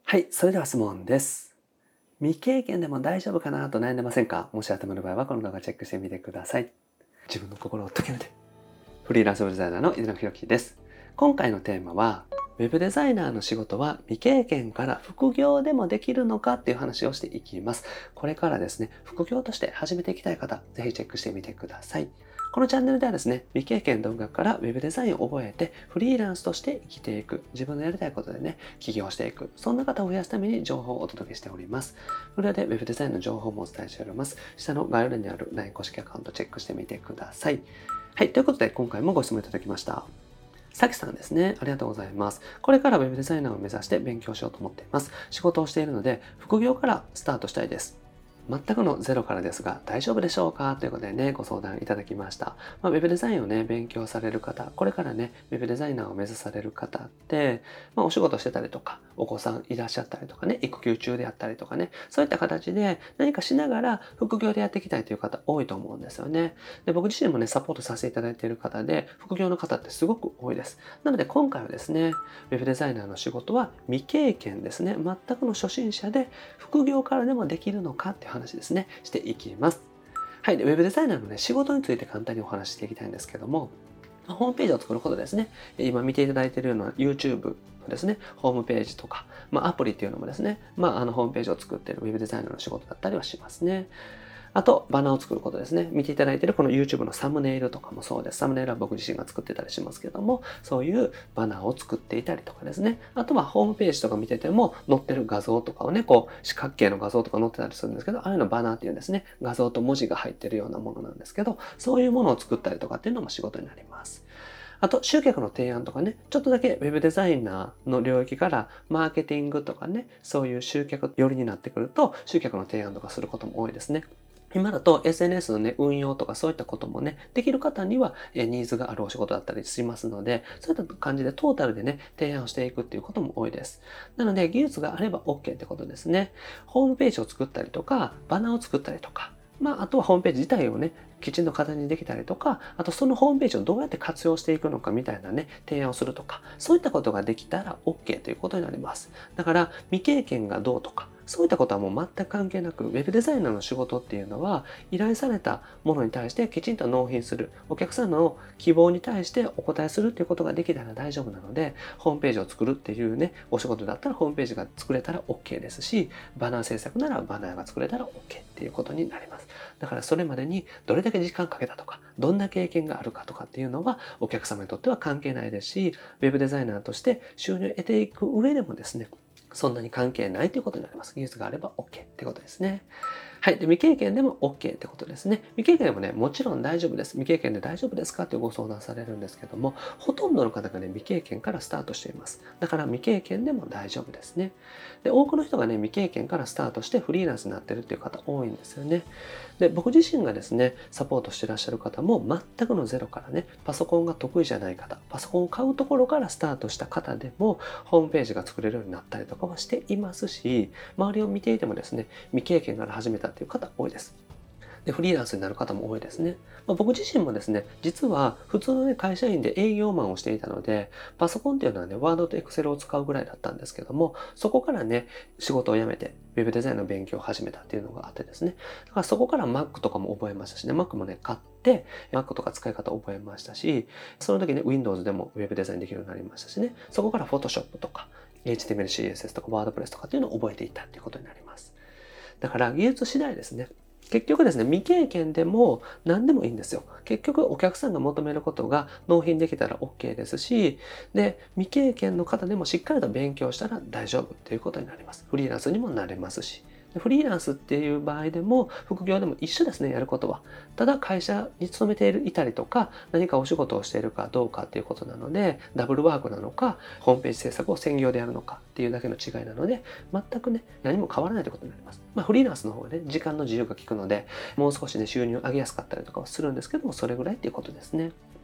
はい、それでは質問です。未経験でも大丈夫かなと悩んでませんか？もし頭の場合はこの動画チェックしてみてください。自分の心を解きめて。フリーランスデザイナーの井野博樹です。今回のテーマは、ウェブデザイナーの仕事は未経験から副業でもできるのかっていう話をしていきます。これからですね、副業として始めていきたい方、ぜひチェックしてみてください。このチャンネルではですね、未経験動画からウェブデザインを覚えてフリーランスとして生きていく、自分のやりたいことでね、起業していく、そんな方を増やすために情報をお届けしております。無料でウェブデザインの情報もお伝えしております。下の概要欄にある LINE 公式アカウントチェックしてみてください。はい、ということで今回もご質問いただきました。さきさんですね。ありがとうございます。これからウェブデザイナーを目指して勉強しようと思っています。仕事をしているので、副業からスタートしたいです。全くのゼロからですが大丈夫でしょうかということでね、ご相談いただきました。ウェブデザインをね、勉強される方、これからね、ウェブデザイナーを目指される方って、お仕事してたりとか、お子さんいらっしゃったりとかね、育休中であったりとかね、そういった形で何かしながら副業でやっていきたいという方多いと思うんですよね。で、僕自身もね、サポートさせていただいている方で、副業の方ってすごく多いです。なので今回はですね、ウェブデザイナーの仕事は未経験ですね、全くの初心者で副業からでもできるのかっていう話ですね、していきます。はい。で、ウェブデザイナーのね、仕事について簡単にお話ししていきたいんですけども、ホームページを作ることですね。今見ていただいているような YouTube のですね、ホームページとか、アプリっていうのもですね、ホームページを作っているウェブデザイナーの仕事だったりはしますね。あと、バナーを作ることですね。見ていただいているこの YouTube のサムネイルとかもそうです。サムネイルは僕自身が作ってたりしますけども、そういうバナーを作っていたりとかですね。あとはホームページとか見てても載ってる画像とかをね、四角形の画像とか載ってたりするんですけど、ああいうのバナーっていうんですね。画像と文字が入ってるようなものなんですけど、そういうものを作ったりとかっていうのも仕事になります。あと、集客の提案とかね、ちょっとだけウェブデザイナーの領域からマーケティングとかね、そういう集客寄りになってくると、集客の提案とかすることも多いですね。今だと SNS のね、運用とかそういったこともね、できる方にはニーズがあるお仕事だったりしますので、そういった感じでトータルでね、提案していくっていうことも多いです。なので、技術があれば OK ってことですね。ホームページを作ったりとか、バナーを作ったりとか、あとはホームページ自体をね、きちんと形にできたりとか、あとそのホームページをどうやって活用していくのかみたいなね、提案をするとか、そういったことができたら OK ということになります。だから、未経験がどうとか、そういったことはもう全く関係なく、ウェブデザイナーの仕事っていうのは、依頼されたものに対してきちんと納品する、お客さんの希望に対してお答えするっていうことができたら大丈夫なので、ホームページを作るっていうね、お仕事だったらホームページが作れたら OK ですし、バナー制作ならバナーが作れたら OK っていうことになります。だからそれまでにどれだけ時間かけたとか、どんな経験があるかとかっていうのはお客様にとっては関係ないですし、ウェブデザイナーとして収入を得ていく上でもですね、そんなに関係ないということになります。技術があれば OK ってことですね。はい。で、未経験でも OK ってことですね。未経験でもね、もちろん大丈夫です。未経験で大丈夫ですかってご相談されるんですけども、ほとんどの方がね、未経験からスタートしています。だから未経験でも大丈夫ですね。で、多くの人がね、未経験からスタートしてフリーランスになってるっていう方多いんですよね。で、僕自身がですね、サポートしてらっしゃる方も全くのゼロからね、パソコンが得意じゃない方、パソコンを買うところからスタートした方でも、ホームページが作れるようになったりとかはしていますし、周りを見ていてもですね、未経験から始めたっていう方多いです。で、フリーランスになる方も多いですね。僕自身もですね、実は普通のね、会社員で営業マンをしていたので、パソコンっていうのはね、ワードとエクセルを使うぐらいだったんですけども、そこからね、仕事を辞めて、ウェブデザインの勉強を始めたっていうのがあってですね。だからそこから Mac とかも覚えましたしね、Mac もね、買って、Mac とか使い方を覚えましたし、その時ね、Windows でもウェブデザインできるようになりましたしね、そこから Photoshop とか、HTML、CSS とか WordPress とかっていうのを覚えていったっていうことになります。だから技術次第ですね。結局ですね、未経験でも何でもいいんですよ。結局お客さんが求めることが納品できたら OK ですし、で、未経験の方でもしっかりと勉強したら大丈夫ということになります。フリーランスにもなれますし。フリーランスっていう場合でも、副業でも一緒ですね、やることは。ただ会社に勤めていたりとか、何かお仕事をしているかどうかっていうことなので、ダブルワークなのか、ホームページ制作を専業でやるのかっていうだけの違いなので、全くね、何も変わらないということになります。フリーランスの方がね、時間の自由が利くので、もう少しね、収入を上げやすかったりとかはするんですけども、それぐらいっていうことですね。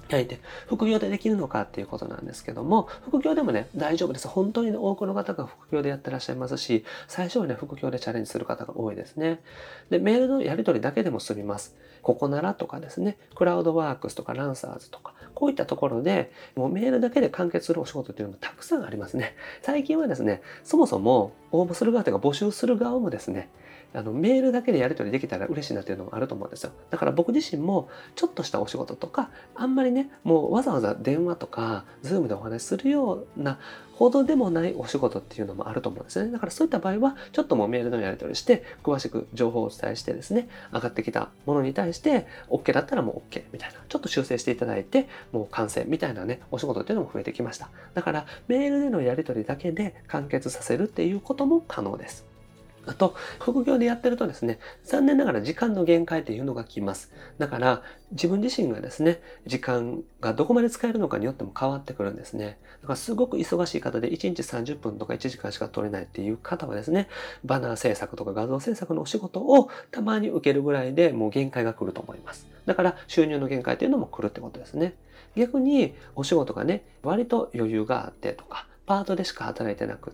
はい。で、副業でできるのかっていうことなんですけども、副業でもね、大丈夫です。本当に多くの方が副業でやってらっしゃいますし、最初はね、副業でチャレンジする方が多いですね。で、メールのやり取りだけでも済みます。ここならとかですね、クラウドワークスとかランサーズとか、こういったところで、もうメールだけで完結するお仕事っていうのもたくさんありますね。最近はですね、そもそも応募する側というか募集する側もですね、メールだけでやり取りできたら嬉しいなっていうのもあると思うんですよ。だから僕自身もちょっとしたお仕事とか、あんまりね、もうわざわざ電話とか、ズームでお話しするようなほどでもないお仕事っていうのもあると思うんですね。だからそういった場合は、ちょっともうメールのやり取りして、詳しく情報をお伝えしてですね、上がってきたものに対して、OK だったらもう OK みたいな、ちょっと修正していただいて、もう完成みたいなね、お仕事っていうのも増えてきました。だから、メールでのやり取りだけで完結させるっていうことも可能です。あと、副業でやってるとですね、残念ながら時間の限界っていうのが来ます。だから、自分自身がですね、時間がどこまで使えるのかによっても変わってくるんですね。だからすごく忙しい方で1日30分とか1時間しか取れないっていう方はですね、バナー制作とか画像制作のお仕事をたまに受けるぐらいでもう限界が来ると思います。だから収入の限界っていうのも来るってことですね。逆にお仕事がね、割と余裕があってとか、パートでしか働いてなくって、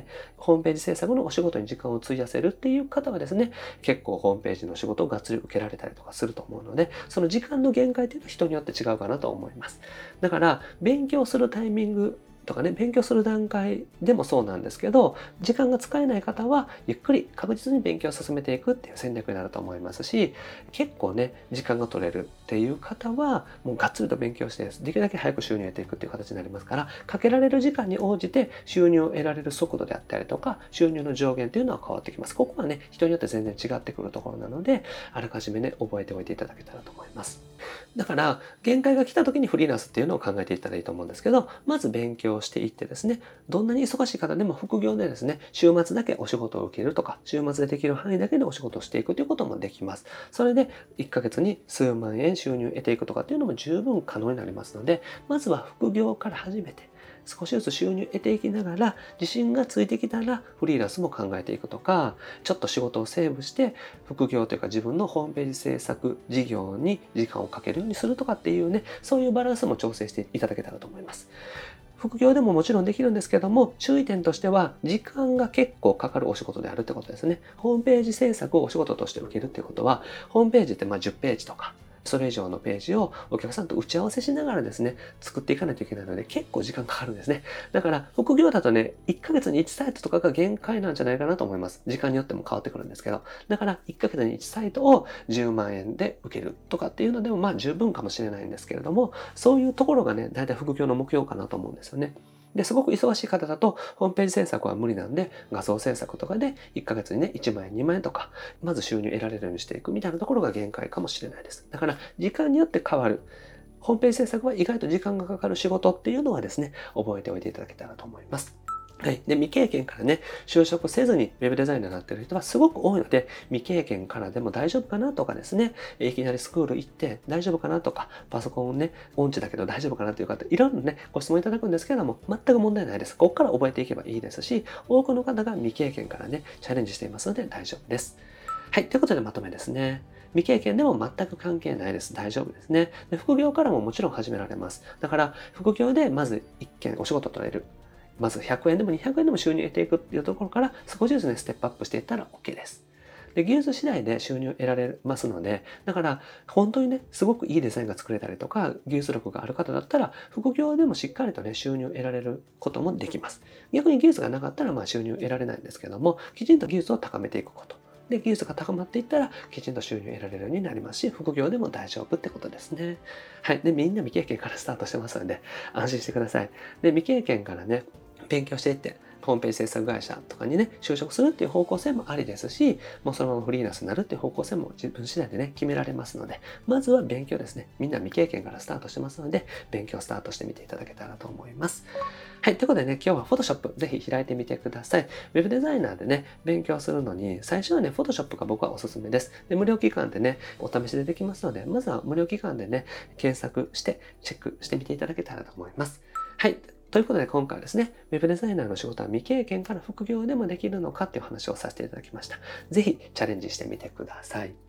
ホームページ制作のお仕事に時間を費やせるっていう方はですね、結構ホームページの仕事をがっつり受けられたりとかすると思うので、その時間の限界っていうのは人によって違うかなと思います。だから、勉強するタイミングとかね、勉強する段階でもそうなんですけど、時間が使えない方は、ゆっくり確実に勉強を進めていくっていう戦略になると思いますし、結構ね、時間が取れるっていう方は、もうがっつりと勉強して、できるだけ早く収入を得ていくっていう形になりますから、かけられる時間に応じて収入を得られる速度であったりとか、収入の上限っていうのは変わってきます。ここはね、人によって全然違ってくるところなので、あらかじめね、覚えておいていただけたらと思います。だから、限界が来た時にフリーランスっていうのを考えていったらいいと思うんですけど、まず勉強していってですね、どんなに忙しい方でも副業でですね、週末だけお仕事を受けるとか、週末でできる範囲だけでお仕事をしていくということもできます。それで1ヶ月に数万円収入を得ていくとかっていうのも十分可能になりますので、まずは副業から始めて、少しずつ収入を得ていきながら、自信がついてきたらフリーランスも考えていくとか、ちょっと仕事をセーブして、副業というか自分のホームページ制作事業に時間をかけるようにするとかっていうね、そういうバランスも調整していただけたらと思います。副業でももちろんできるんですけども、注意点としては、時間が結構かかるお仕事であるってことですね。ホームページ制作をお仕事として受けるっていうことは、ホームページって10ページとか、それ以上のページをお客さんと打ち合わせしながらですね、作っていかないといけないので結構時間かかるんですね。だから副業だとね、1ヶ月に1サイトとかが限界なんじゃないかなと思います。時間によっても変わってくるんですけど。だから1ヶ月に1サイトを10万円で受けるとかっていうのでも十分かもしれないんですけれども、そういうところがね、だいたい副業の目標かなと思うんですよね。で、すごく忙しい方だと、ホームページ制作は無理なんで、画像制作とかで1ヶ月にね、1万円、2万円とか、まず収入得られるようにしていくみたいなところが限界かもしれないです。だから、時間によって変わる。ホームページ制作は意外と時間がかかる仕事っていうのはですね、覚えておいていただけたらと思います。はい。で、未経験からね、就職せずにウェブデザイナーになっている人はすごく多いので、未経験からでも大丈夫かなとかですね、いきなりスクール行って大丈夫かなとか、パソコンをね、音痴だけど大丈夫かなという方、いろいろね、ご質問いただくんですけれども、全く問題ないです。ここから覚えていけばいいですし、多くの方が未経験からね、チャレンジしていますので大丈夫です。はい。ということでまとめですね。未経験でも全く関係ないです。大丈夫ですね。で、副業からももちろん始められます。だから、副業でまず1件お仕事を取れる。まず100円でも200円でも収入を得ていくっていうところから少しずつね、ステップアップしていったら OK です。で、技術次第で収入を得られますので、だから本当にね、すごくいいデザインが作れたりとか、技術力がある方だったら、副業でもしっかりとね、収入を得られることもできます。逆に技術がなかったら、収入を得られないんですけども、きちんと技術を高めていくこと。で、技術が高まっていったら、きちんと収入を得られるようになりますし、副業でも大丈夫ってことですね。はい。で、みんな未経験からスタートしてますので、安心してください。で、未経験からね、勉強していって、ホームページ制作会社とかにね、就職するっていう方向性もありですし、もうそのままフリーランスになるっていう方向性も自分次第でね、決められますので、まずは勉強ですね。みんな未経験からスタートしてますので、勉強スタートしてみていただけたらと思います。はい。ということでね、今日は Photoshop ぜひ開いてみてください。ウェブデザイナーでね、勉強するのに、最初はね、Photoshop が僕はおすすめです。で、無料期間でね、お試しでできますので、まずは無料期間でね、検索して、チェックしてみていただけたらと思います。はい。ということで今回はですね、ウェブデザイナーの仕事は未経験から副業でもできるのかっていう話をさせていただきました。ぜひチャレンジしてみてください。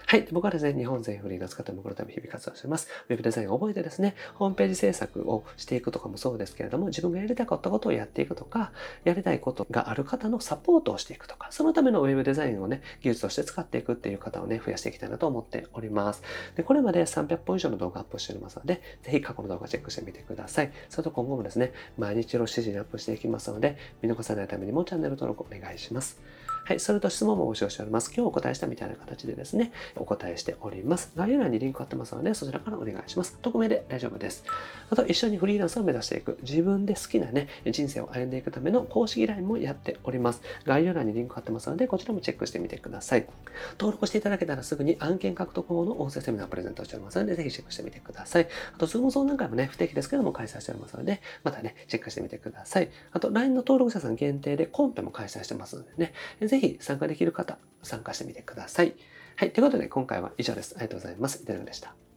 はい。僕はですね、日本全フリーランス方もこのため日々活動しています。ウェブデザインを覚えてですね、ホームページ制作をしていくとかもそうですけれども、自分がやりたかったことをやっていくとか、やりたいことがある方のサポートをしていくとか、そのためのウェブデザインをね、技術として使っていくっていう方をね、増やしていきたいなと思っております。で、これまで300本以上の動画アップしておりますので、ぜひ過去の動画チェックしてみてください。それと今後もですね、毎日の指示にアップしていきますので、見逃さないためにもチャンネル登録お願いします。はい、それと質問も募集しております。今日お答えしたみたいな形でですね、お答えしております。概要欄にリンク貼ってますので、そちらからお願いします。匿名で大丈夫です。あと、一緒にフリーランスを目指していく、自分で好きなね、人生を歩んでいくための公式 LINE もやっております。概要欄にリンク貼ってますので、こちらもチェックしてみてください。登録していただけたらすぐに案件獲得法の音声セミナーをプレゼントしておりますので、ぜひチェックしてみてください。あと、Zoom 相談会もね、不定期ですけども開催しておりますので、またね、チェックしてみてください。あと、LINE の登録者さん限定でコンペも開催してますのでね、ぜひ参加できる方、参加してみてください。はい。ということで、今回は以上です。ありがとうございます。いただきました。